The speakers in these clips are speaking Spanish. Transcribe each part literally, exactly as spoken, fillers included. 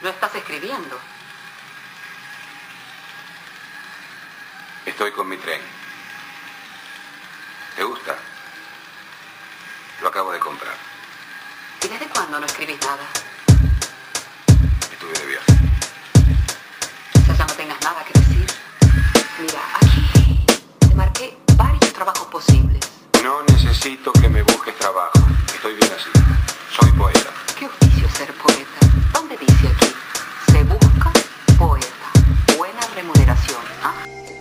No estás escribiendo. Estoy con mi tren. ¿Te gusta? Lo acabo de comprar. ¿Y desde cuándo no escribís nada? Estuve de viaje. Quizás ya no tengas nada que decir. Mira, aquí te marqué varios trabajos posibles. No necesito que me busques trabajo. Estoy bien así. Soy poeta. ¿Qué oficio ser poeta? ¿Dónde dice aquí? Se busca poeta. Buena remuneración, ¿ah?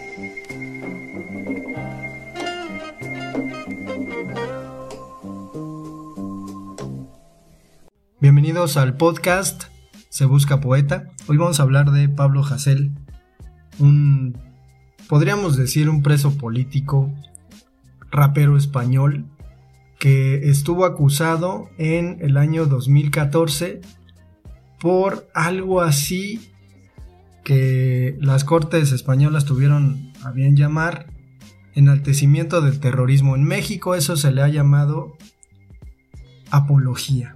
Bienvenidos al podcast Se Busca Poeta. Hoy vamos a hablar de Pablo Hasél, un, podríamos decir, un preso político, rapero español, que estuvo acusado en el año dos mil catorce por algo así que las cortes españolas tuvieron a bien llamar enaltecimiento del terrorismo. En México eso se le ha llamado apología.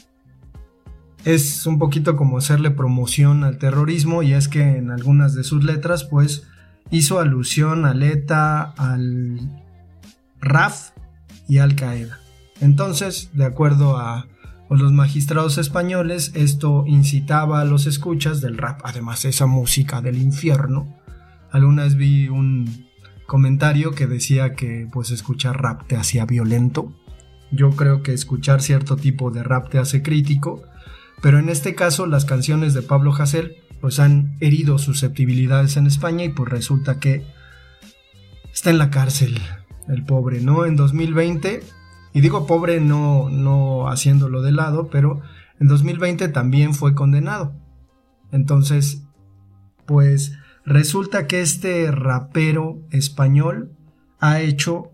Es un poquito como hacerle promoción al terrorismo, y es que en algunas de sus letras pues hizo alusión al ETA, al R A F y Al Qaeda. Entonces, de acuerdo a, a los magistrados españoles, esto incitaba a los escuchas del rap, además esa música del infierno. Alguna vez vi un comentario que decía que pues escuchar rap te hacía violento. Yo creo que escuchar cierto tipo de rap te hace crítico, pero en este caso las canciones de Pablo Hasél pues han herido susceptibilidades en España, y pues resulta que está en la cárcel el pobre, ¿no? En dos mil veinte, y digo pobre no, no haciéndolo de lado, pero en dos mil veinte también fue condenado. Entonces, pues resulta que este rapero español ha hecho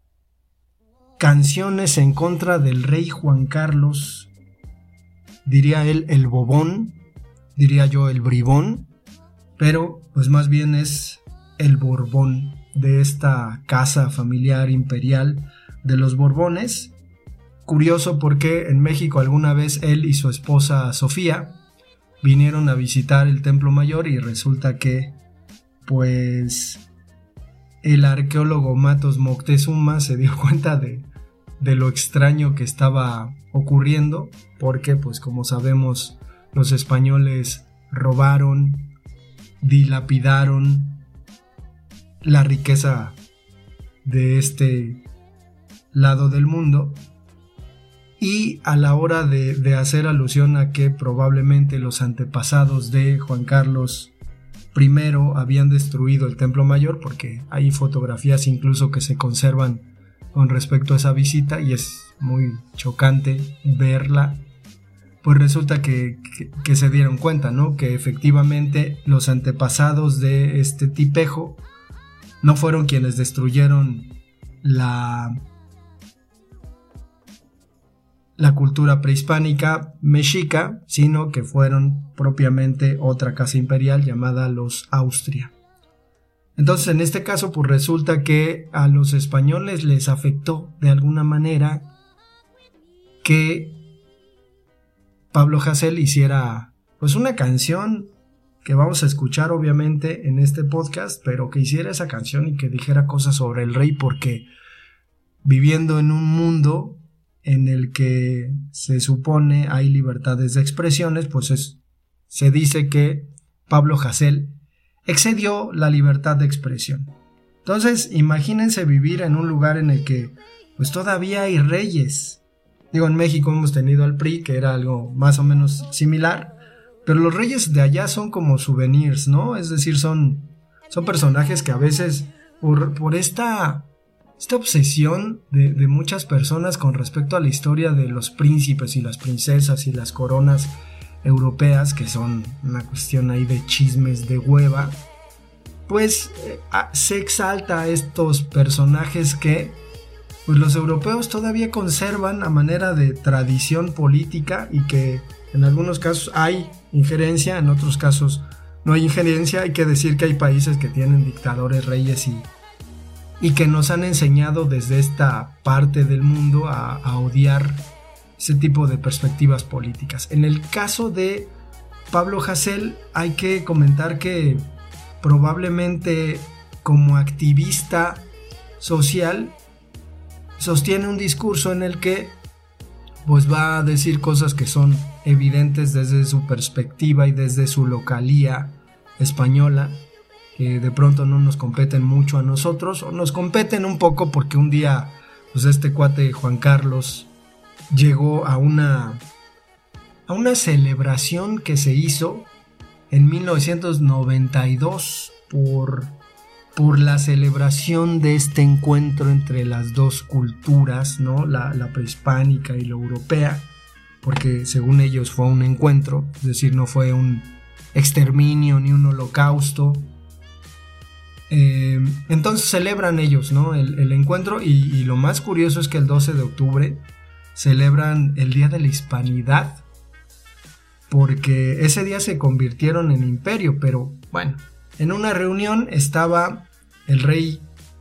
canciones en contra del rey Juan Carlos, diría él el bobón, diría yo el bribón, pero pues más bien es el Borbón, de esta casa familiar imperial de los Borbones. Curioso porque en México alguna vez él y su esposa Sofía vinieron a visitar el Templo Mayor, y resulta que pues el arqueólogo Matos Moctezuma se dio cuenta de, de lo extraño que estaba ocurriendo, porque pues como sabemos los españoles robaron, dilapidaron la riqueza de este lado del mundo, y a la hora de, de hacer alusión a que probablemente los antepasados de Juan Carlos primero habían destruido el Templo Mayor, porque hay fotografías incluso que se conservan con respecto a esa visita y es muy chocante verla, pues resulta que, que, que se dieron cuenta, ¿no? Que efectivamente los antepasados de este tipejo no fueron quienes destruyeron la, la cultura prehispánica mexica, sino que fueron propiamente otra casa imperial llamada los Austria. Entonces, en este caso, pues resulta que a los españoles les afectó de alguna manera que Pablo Hasél hiciera pues una canción que vamos a escuchar obviamente en este podcast, pero que hiciera esa canción y que dijera cosas sobre el rey, porque viviendo en un mundo en el que se supone hay libertades de expresiones, pues es, se dice que Pablo Hasél excedió la libertad de expresión. Entonces, imagínense vivir en un lugar en el que pues todavía hay reyes. Digo, en México hemos tenido al P R I, que era algo más o menos similar, pero los reyes de allá son como souvenirs, ¿no? Es decir, son, son personajes que a veces, por, por esta, esta obsesión de, de muchas personas con respecto a la historia de los príncipes y las princesas y las coronas europeas, que son una cuestión ahí de chismes de hueva, pues eh, se exalta a estos personajes que pues los europeos todavía conservan a manera de tradición política, y que en algunos casos hay injerencia, en otros casos no hay injerencia. Hay que decir que hay países que tienen dictadores, reyes y, y que nos han enseñado desde esta parte del mundo a, a odiar ese tipo de perspectivas políticas. En el caso de Pablo Hasél, hay que comentar que probablemente como activista social sostiene un discurso en el que pues va a decir cosas que son evidentes desde su perspectiva y desde su localía española, que de pronto no nos competen mucho a nosotros, o nos competen un poco porque un día pues este cuate Juan Carlos llegó a una a una celebración que se hizo en mil novecientos noventa y dos por, por la celebración de este encuentro entre las dos culturas, ¿no? La, la prehispánica y la europea, porque según ellos fue un encuentro, es decir, no fue un exterminio ni un holocausto. Eh, entonces celebran ellos, ¿no? el, el encuentro y, y lo más curioso es que el doce de octubre celebran el Día de la Hispanidad, porque ese día se convirtieron en imperio, pero bueno, en una reunión estaba el rey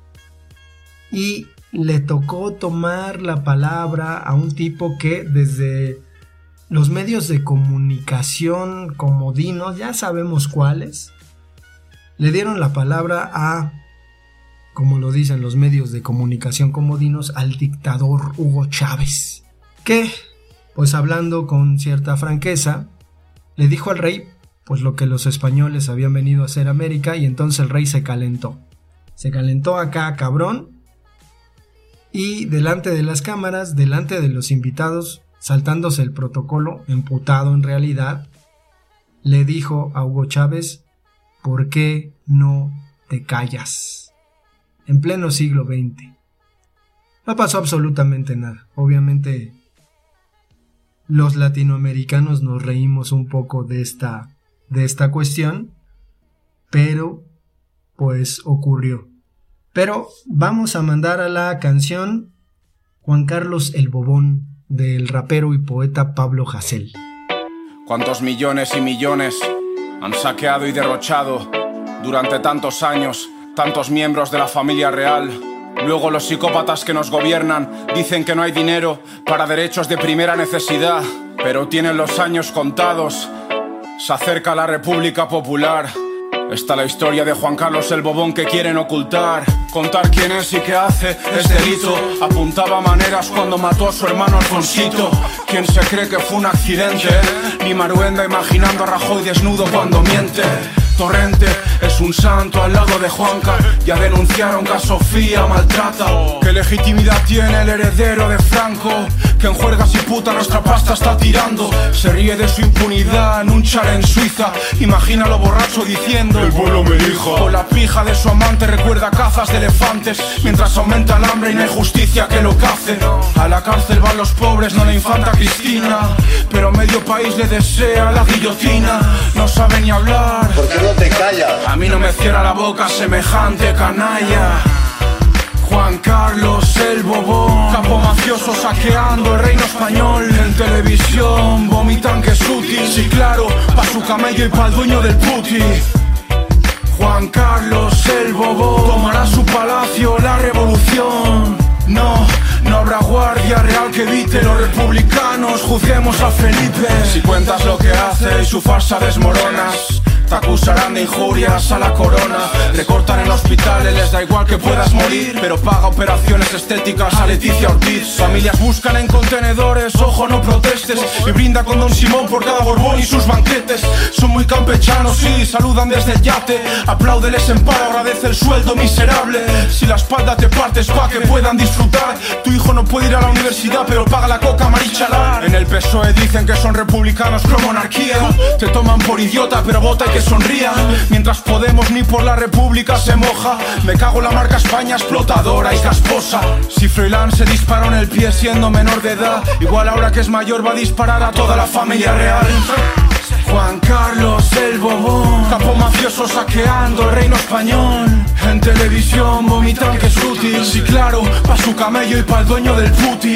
y le tocó tomar la palabra a un tipo que desde los medios de comunicación comodinos, ya sabemos cuáles, le dieron la palabra a, como lo dicen los medios de comunicación comodinos, al dictador Hugo Chávez, que, pues hablando con cierta franqueza, le dijo al rey pues lo que los españoles habían venido a hacer a América, y entonces el rey se calentó. Se calentó acá, cabrón, y delante de las cámaras, delante de los invitados, saltándose el protocolo, emputado en realidad, le dijo a Hugo Chávez: ¿por qué no te callas? En pleno siglo veinte. No pasó absolutamente nada. Obviamente los latinoamericanos nos reímos un poco de esta, de esta cuestión, pero pues ocurrió. Pero vamos a mandar a la canción Juan Carlos el Bobón, del rapero y poeta Pablo Hasél. ¿Cuántos millones y millones han saqueado y derrochado durante tantos años tantos miembros de la familia real? Luego los psicópatas que nos gobiernan dicen que no hay dinero para derechos de primera necesidad, pero tienen los años contados. Se acerca la República Popular. Está la historia de Juan Carlos el Bobón que quieren ocultar. Contar quién es y qué hace es delito. Apuntaba maneras cuando mató a su hermano Alfonsito. ¿Quién se cree que fue un accidente? Ni Maruenda imaginando a Rajoy desnudo cuando miente. Torrente es un santo al lado de Juanca. Ya denunciaron que a Sofía maltrata. ¿Qué legitimidad tiene el heredero de Franco? Que en juergas y puta nuestra pasta está tirando. Se ríe de su impunidad en un char en Suiza. Imagínalo borracho diciendo: el pueblo me dijo. Con la pija de su amante recuerda cazas de elefantes, mientras aumenta el hambre y no hay justicia que lo cace. A la cárcel van los pobres, no la infanta Cristina, pero medio país le desea la guillotina. No sabe ni hablar. ¿Por qué no te callas? A mí no me cierra la boca semejante canalla. Juan Carlos el Bobón, capo mafioso saqueando el reino español. En televisión vomitan que es útil. Sí, claro, pa' su camello y pa' el dueño del puti. Juan Carlos el Bobón tomará su palacio la revolución. No, no habrá guardia real que evite. Los republicanos juzguemos a Felipe. Si cuentas lo que hace y su farsa desmoronas, te acusarán de injurias a la corona. Recortan en hospitales, les da igual que puedas morir, pero paga operaciones estéticas a Leticia Ortiz. Familias buscan en contenedores, ojo no protestes, y brinda con Don Simón por cada Borbón y sus banquetes. Son muy campechanos, sí, saludan desde el yate. Apláudeles en paro, agradece el sueldo miserable. Si la espalda te partes pa' que puedan disfrutar. Tu hijo no puede ir a la universidad, pero paga la coca marichalar. En el P S O E dicen que son republicanos pro monarquía. Te toman por idiota, pero vota y que sonría. Mientras Podemos ni por la República se moja. Me cago en la marca España explotadora y casposa. Si Froilán se disparó en el pie siendo menor de edad, igual ahora que es mayor va a disparar a toda la familia real. Juan Carlos el Bobón, capo mafioso saqueando el reino español. En televisión vomitan que es útil. Sí, claro, pa' su camello y pa' el dueño del puti.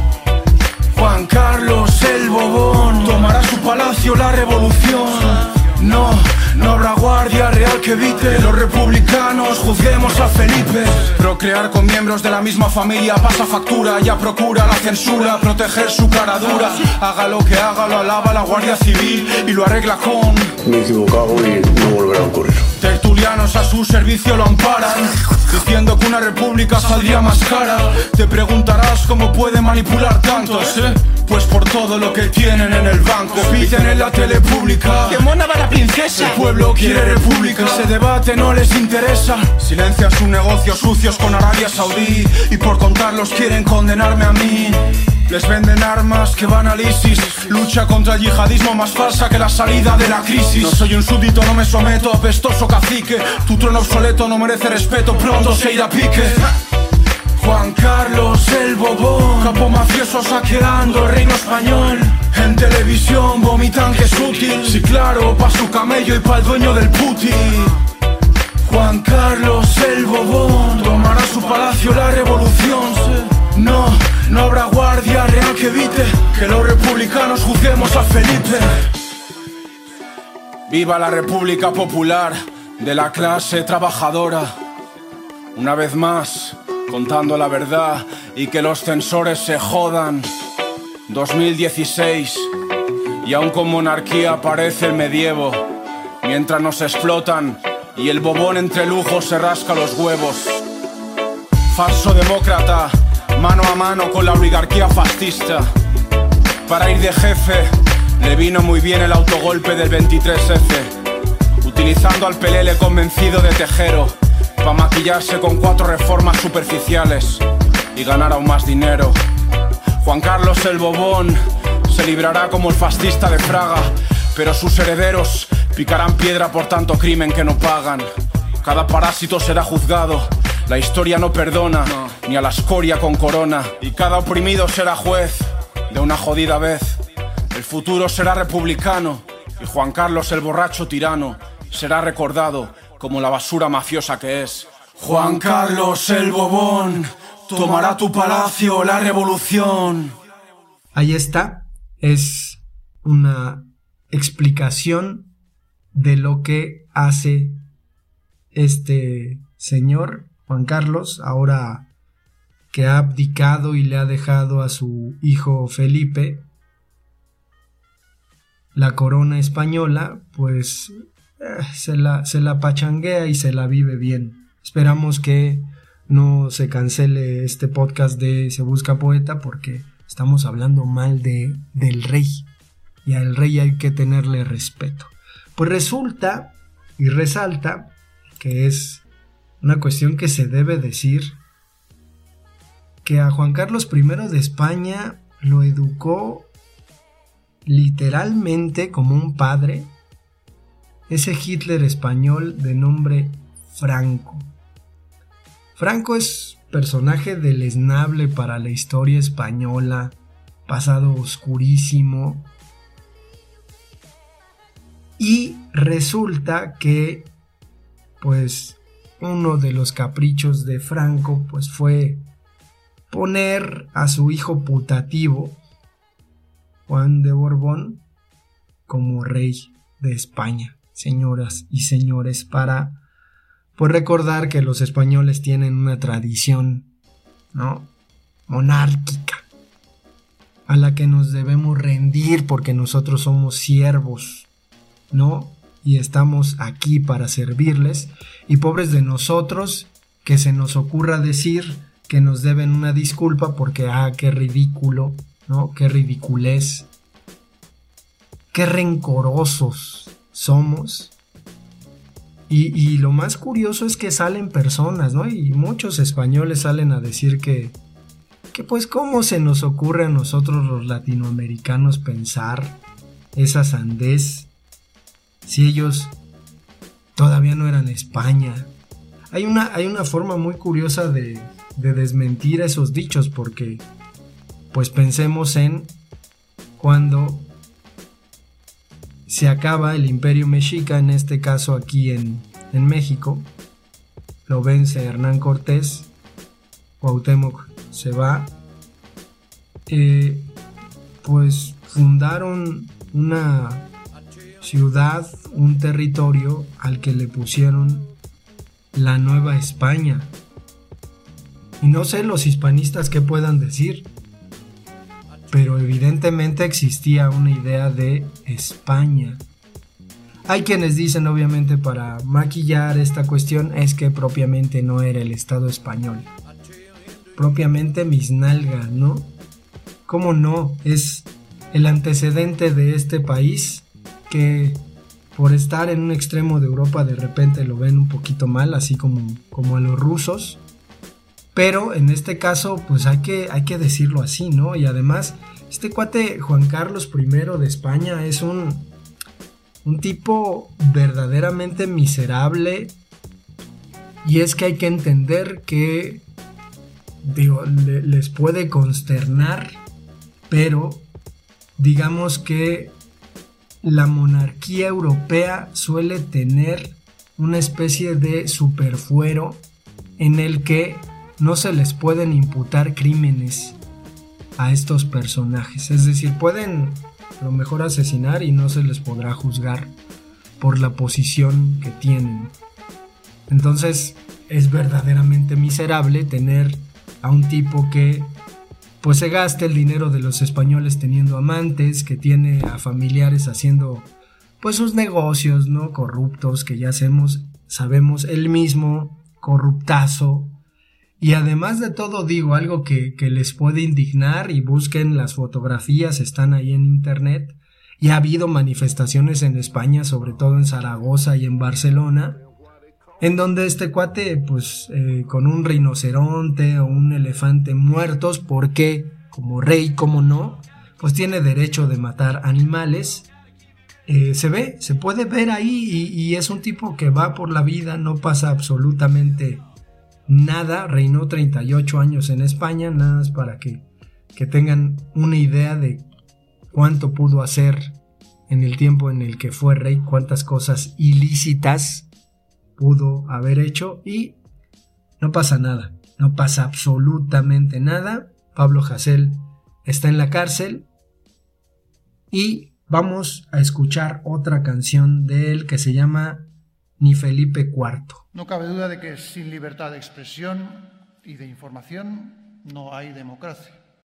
Juan Carlos el Bobón tomará su palacio la revolución. No, no habrá guardia real que evite los republicanos juzguemos a Felipe. Procrear con miembros de la misma familia pasa factura, ya procura la censura proteger su cara dura. Haga lo que haga, lo alaba la Guardia Civil y lo arregla con: me he equivocado y no volverá a ocurrir. Tertulianos a su servicio lo amparan, diciendo que una república saldría más cara. Te preguntarás cómo puede manipular tantos, ¿eh? Pues por todo lo que tienen en el banco. Piden en la tele pública: ¡qué mona va la princesa! El pueblo quiere república. Ese debate no les interesa. Silencian sus negocios sucios con Arabia Saudí y por contarlos quieren condenarme a mí. Les venden armas que van al ISIS. Lucha contra el yihadismo más falsa que la salida de la crisis. No soy un súbdito, no me someto, apestoso cacique. Tu trono obsoleto no merece respeto, pronto se irá a pique. Juan Carlos el Bobón, capo mafioso saqueando el reino español. En televisión vomitan que es útil. Sí, claro, pa' su camello y pa' el dueño del puti. Juan Carlos el Bobón tomará su palacio la revolución. No, no habrá guardia real que evite que los republicanos juzguemos a Felipe. Viva la República Popular de la clase trabajadora. Una vez más, contando la verdad y que los censores se jodan. dos mil dieciséis, y aún con monarquía parece el medievo, mientras nos explotan y el bobón entre lujos se rasca los huevos. Falso demócrata, mano a mano con la oligarquía fascista. Para ir de jefe, le vino muy bien el autogolpe del veintitrés efe, utilizando al pelele convencido de tejero, pa' maquillarse con cuatro reformas superficiales y ganar aún más dinero. Juan Carlos el Bobón se librará como el fascista de Fraga, pero sus herederos picarán piedra por tanto crimen que no pagan. Cada parásito será juzgado, la historia no perdona, no, ni a la escoria con corona. Y cada oprimido será juez de una jodida vez. El futuro será republicano y Juan Carlos el borracho tirano será recordado como la basura mafiosa que es. Juan Carlos el Bobón tomará tu palacio la revolución. Ahí está, es una explicación de lo que hace este señor Juan Carlos, ahora que ha abdicado y le ha dejado a su hijo Felipe la corona española, pues eh, se la, se la pachanguea y se la vive bien. Esperamos que no se cancele este podcast de Se Busca Poeta, porque estamos hablando mal de, del rey, y al rey hay que tenerle respeto. Pues resulta y resalta que es una cuestión que se debe decir, que a Juan Carlos primero de España lo educó literalmente como un padre ese Hitler español de nombre Franco. Franco es personaje deleznable para la historia española, pasado oscurísimo, y resulta que pues uno de los caprichos de Franco pues fue poner a su hijo putativo, Juan de Borbón, como rey de España, señoras y señores, para pues recordar que los españoles tienen una tradición, ¿no?, monárquica, a la que nos debemos rendir porque nosotros somos siervos, ¿no?, y estamos aquí para servirles, y pobres de nosotros que se nos ocurra decir que nos deben una disculpa porque, ah, qué ridículo, ¿no?, qué ridiculez, qué rencorosos somos. Y, y lo más curioso es que salen personas, ¿no?, y muchos españoles salen a decir que, que pues cómo se nos ocurre a nosotros los latinoamericanos pensar esa sandez si ellos todavía no eran España. Hay una, hay una forma muy curiosa de, de desmentir esos dichos, porque pues pensemos en cuando se acaba el Imperio Mexica, en este caso aquí en, en México, lo vence Hernán Cortés, Cuauhtémoc se va, eh, pues fundaron una ciudad, un territorio al que le pusieron la Nueva España. Y no sé los hispanistas qué puedan decir, pero evidentemente existía una idea de España. Hay quienes dicen, obviamente, para maquillar esta cuestión, es que propiamente no era el Estado español. Propiamente mis nalgas, ¿no? ¿Cómo no? Es el antecedente de este país que por estar en un extremo de Europa de repente lo ven un poquito mal, así como, como a los rusos. Pero en este caso, pues hay que, hay que decirlo así, ¿no? Y además, este cuate Juan Carlos primero de España es un, un tipo verdaderamente miserable. Y es que hay que entender que, digo, le, les puede consternar, pero digamos que la monarquía europea suele tener una especie de superfuero en el que no se les pueden imputar crímenes a estos personajes. Es decir, pueden a lo mejor asesinar y no se les podrá juzgar por la posición que tienen. Entonces es verdaderamente miserable tener a un tipo que pues se gasta el dinero de los españoles teniendo amantes, que tiene a familiares haciendo pues sus negocios, ¿no? Corruptos, que ya hacemos, sabemos, él mismo, corruptazo. Y además de todo, digo, algo que, que les puede indignar, y busquen las fotografías, están ahí en internet, y ha habido manifestaciones en España, sobre todo en Zaragoza y en Barcelona, en donde este cuate, pues, eh, con un rinoceronte o un elefante muertos, porque como rey, como no, pues tiene derecho de matar animales. Eh, se ve, se puede ver ahí, y, y es un tipo que va por la vida, no pasa absolutamente nada. Reinó treinta y ocho años en España, nada más para que, que tengan una idea de cuánto pudo hacer en el tiempo en el que fue rey, cuántas cosas ilícitas pudo haber hecho, y no pasa nada, no pasa absolutamente nada. Pablo Hasél está en la cárcel, y vamos a escuchar otra canción de él que se llama Ni Felipe cuarto. No cabe duda de que sin libertad de expresión y de información no hay democracia.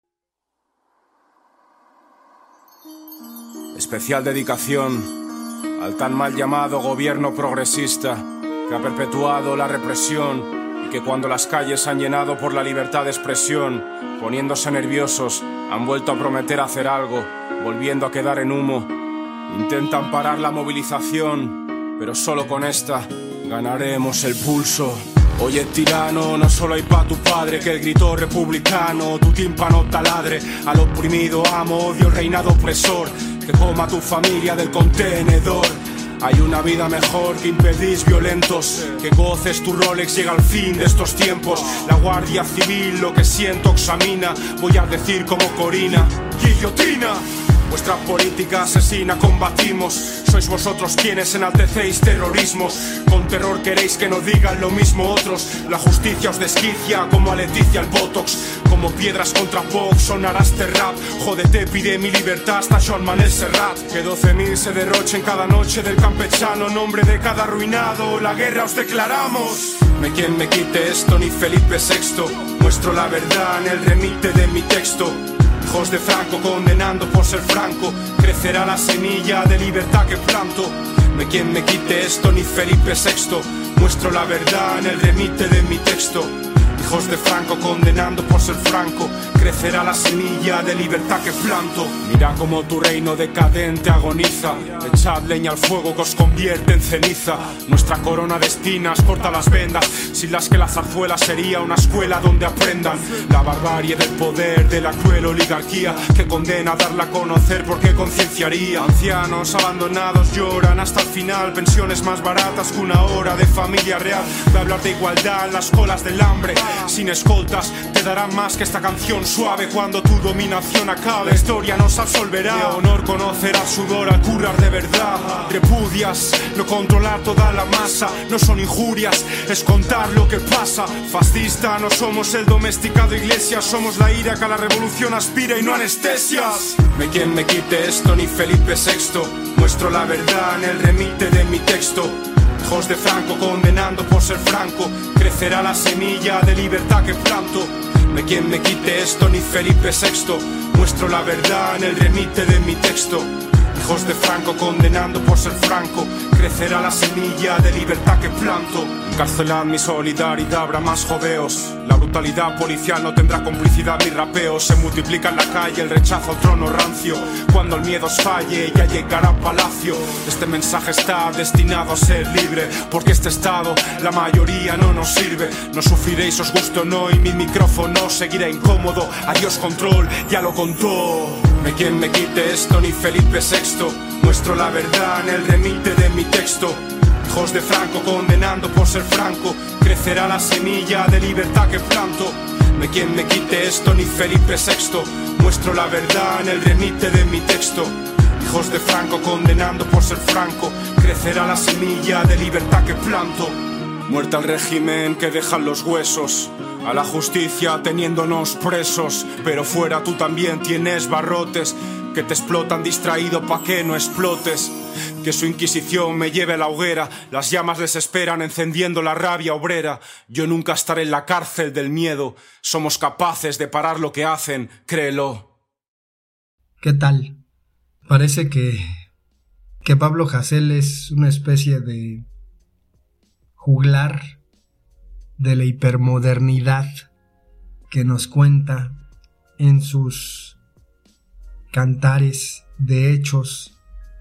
Especial dedicación al tan mal llamado gobierno progresista que ha perpetuado la represión y que cuando las calles han llenado por la libertad de expresión, poniéndose nerviosos, han vuelto a prometer hacer algo, volviendo a quedar en humo. Intentan parar la movilización, pero solo con esta ganaremos el pulso. Oye, tirano, no solo hay pa' tu padre que el grito republicano, tu tímpano taladre. Al oprimido amo, odio el reinado opresor, que coma tu familia del contenedor. Hay una vida mejor que impedís violentos, que goces tu Rolex, llega al fin de estos tiempos. La Guardia Civil lo que siento examina, voy a decir como Corina, guillotina. Vuestra política asesina combatimos, sois vosotros quienes enaltecéis terrorismos. Con terror queréis que no digan lo mismo otros, la justicia os desquicia como a Leticia el Botox. Como piedras contra Vox sonará este rap, jódete, pide mi libertad hasta Joan Manuel Serrat. Que doce mil se derrochen cada noche del campechano, nombre de cada arruinado, la guerra os declaramos. No hay quien me quite esto, ni Felipe sexto, muestro la verdad en el remite de mi texto. Hijos de Franco condenando por ser franco, crecerá la semilla de libertad que planto. No hay quien me quite esto, ni Felipe sexto, muestro la verdad en el remite de mi texto. Hijos de Franco condenando por ser franco, crecerá la semilla de libertad que planto. Mira como tu reino decadente agoniza, echad leña al fuego que os convierte en ceniza. Nuestra corona de espinas corta las vendas, sin las que la zarzuela sería una escuela donde aprendan la barbarie del poder de la cruel oligarquía que condena a darla a conocer porque concienciaría. Ancianos abandonados lloran hasta el final, pensiones más baratas que una hora de familia real. Voy a hablar de igualdad en las colas del hambre, sin escoltas te darán más que esta canción suave. Cuando tu dominación acabe, la historia nos absolverá. De honor conocerás sudor al currar de verdad. Repudias no controlar toda la masa, no son injurias, es contar lo que pasa. Fascista, no somos el domesticado iglesia, somos la ira que a la revolución aspira y no anestesias. No hay quien me quite esto, ni Felipe sexto, Muestro la verdad en el remite de mi texto. Hijos de Franco condenando por ser franco. Crecerá la semilla de libertad que planto. Me quien me quite esto ni Felipe sexto. Muestro la verdad en el remite de mi texto. Hijos de Franco condenando por ser franco. Crecerá la semilla de libertad que planto. Encarcelad mi solidaridad, habrá más jodeos. La brutalidad policial no tendrá complicidad ni rapeos. Se multiplica en la calle el rechazo al trono rancio. Cuando el miedo os falle ya llegará a palacio. Este mensaje está destinado a ser libre, porque este estado la mayoría no nos sirve. No sufriréis os guste o no y mi micrófono seguirá incómodo. Adiós control, ya lo contó. Me quien me quite esto ni Felipe sexto. Muestro la verdad en el remite de mi texto. Hijos de Franco condenando por ser franco. Crecerá la semilla de libertad que planto. Me quien me quite esto ni Felipe sexto. Muestro la verdad en el remite de mi texto. Hijos de Franco condenando por ser franco. Crecerá la semilla de libertad que planto. Muerta al régimen que dejan los huesos. A la justicia teniéndonos presos. Pero fuera tú también tienes barrotes que te explotan distraído pa' que no explotes. Que su inquisición me lleve a la hoguera. Las llamas les esperan encendiendo la rabia obrera. Yo nunca estaré en la cárcel del miedo. Somos capaces de parar lo que hacen, créelo. ¿Qué tal? Parece que, que Pablo Hasél es una especie de juglar de la hipermodernidad que nos cuenta en sus cantares de hechos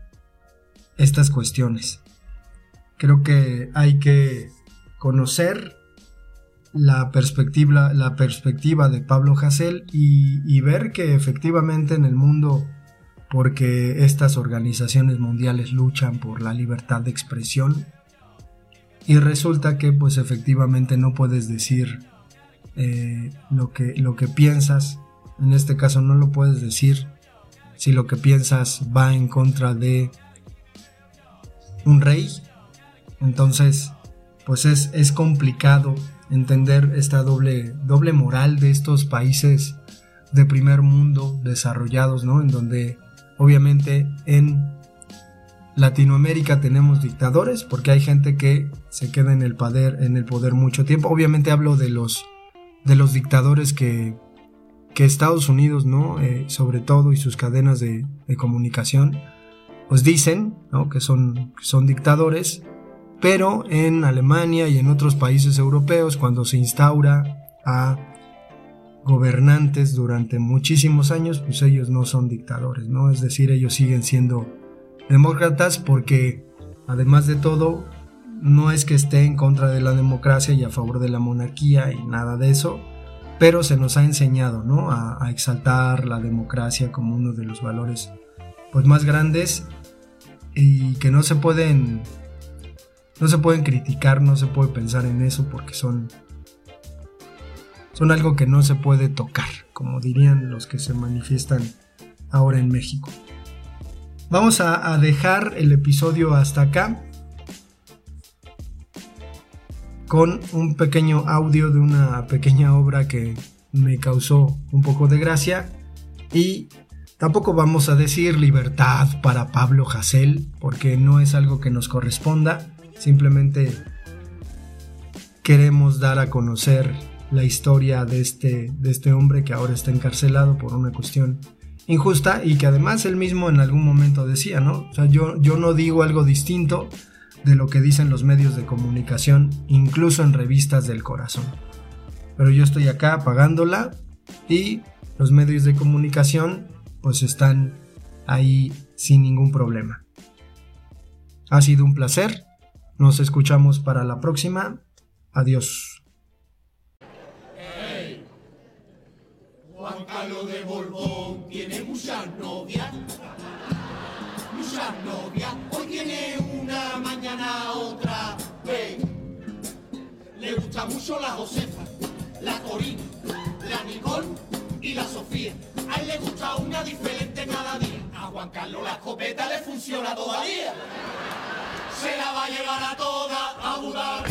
estas cuestiones. Creo que hay que conocer la perspectiva, la perspectiva de Pablo Hasél y, y ver que efectivamente en el mundo, porque estas organizaciones mundiales luchan por la libertad de expresión, y resulta que pues efectivamente no puedes decir eh, lo que, lo que piensas. En este caso no lo puedes decir si lo que piensas va en contra de un rey. Entonces pues es, es complicado entender esta doble, doble moral de estos países de primer mundo desarrollados, ¿no? En donde obviamente en Latinoamérica tenemos dictadores, porque hay gente que se queda en el poder, en el poder mucho tiempo. Obviamente hablo de los, de los dictadores que, que Estados Unidos, ¿no? Eh, sobre todo, y sus cadenas de, de comunicación, pues dicen, ¿no? que son, que son dictadores, pero en Alemania y en otros países europeos, cuando se instaura a gobernantes durante muchísimos años, pues ellos no son dictadores, ¿no? Es decir, ellos siguen siendo demócratas, porque además de todo no es que esté en contra de la democracia y a favor de la monarquía y nada de eso, pero se nos ha enseñado, ¿no? a, a exaltar la democracia como uno de los valores pues más grandes y que no se pueden no se pueden criticar, no se puede pensar en eso, porque son son algo que no se puede tocar, como dirían los que se manifiestan ahora en México. Vamos a, a dejar el episodio hasta acá con un pequeño audio de una pequeña obra que me causó un poco de gracia, y tampoco vamos a decir libertad para Pablo Hasél, porque no es algo que nos corresponda. Simplemente queremos dar a conocer la historia de este, de este hombre que ahora está encarcelado por una cuestión injusta, y que además él mismo en algún momento decía, ¿no? O sea, yo, yo no digo algo distinto de lo que dicen los medios de comunicación, incluso en revistas del corazón. Pero yo estoy acá pagándola y los medios de comunicación pues están ahí sin ningún problema. Ha sido un placer. Nos escuchamos para la próxima. Adiós. Hey, Juan Carlos de Borbón tiene muchas novias. Muchas novias. Hoy tiene una, mañana otra. Ven. Le gusta mucho la Josefa, la Corina, la Nicole y la Sofía. A él le gusta una diferente cada día. A Juan Carlos la escopeta le funciona todavía. Se la va a llevar a toda a Budapest.